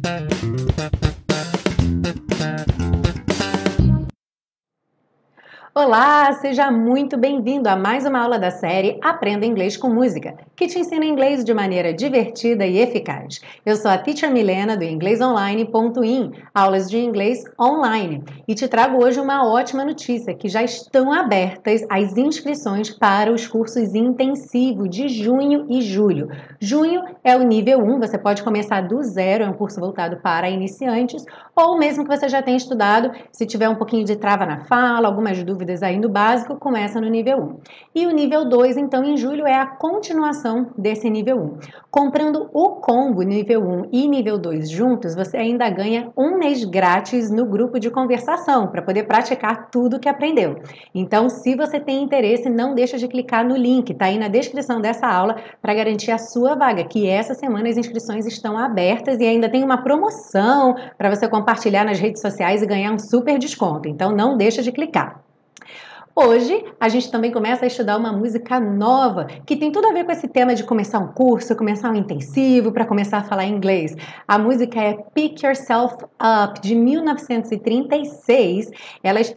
Olá, seja muito bem-vindo a mais uma aula da série Aprenda Inglês com Música, que te ensina inglês de maneira divertida e eficaz. Eu sou a Teacher Milena do inglesonline.in, aulas de inglês online, e te trago hoje uma ótima notícia, que já estão abertas as inscrições para os cursos intensivos de junho e julho. Junho é o nível 1, você pode começar do zero, é um curso voltado para iniciantes, ou mesmo que você já tenha estudado, se tiver um pouquinho de trava na fala, algumas dúvidas aí no básico, começa no nível 1. E o nível 2, então, em julho, é a continuação desse nível 1. Comprando o combo nível 1 e nível 2 juntos, você ainda ganha um mês grátis no grupo de conversação, para poder praticar tudo que aprendeu. Então, se você tem interesse, não deixa de clicar no link, tá aí na descrição dessa aula, para garantir a sua vaga, que essa semana as inscrições estão abertas e ainda tem uma promoção para você compartilhar nas redes sociais e ganhar um super desconto. Então, não deixa de clicar. Hoje, a gente também começa a estudar uma música nova, que tem tudo a ver com esse tema de começar um curso, começar um intensivo, para começar a falar inglês. A música é Pick Yourself Up, de 1936. Ela é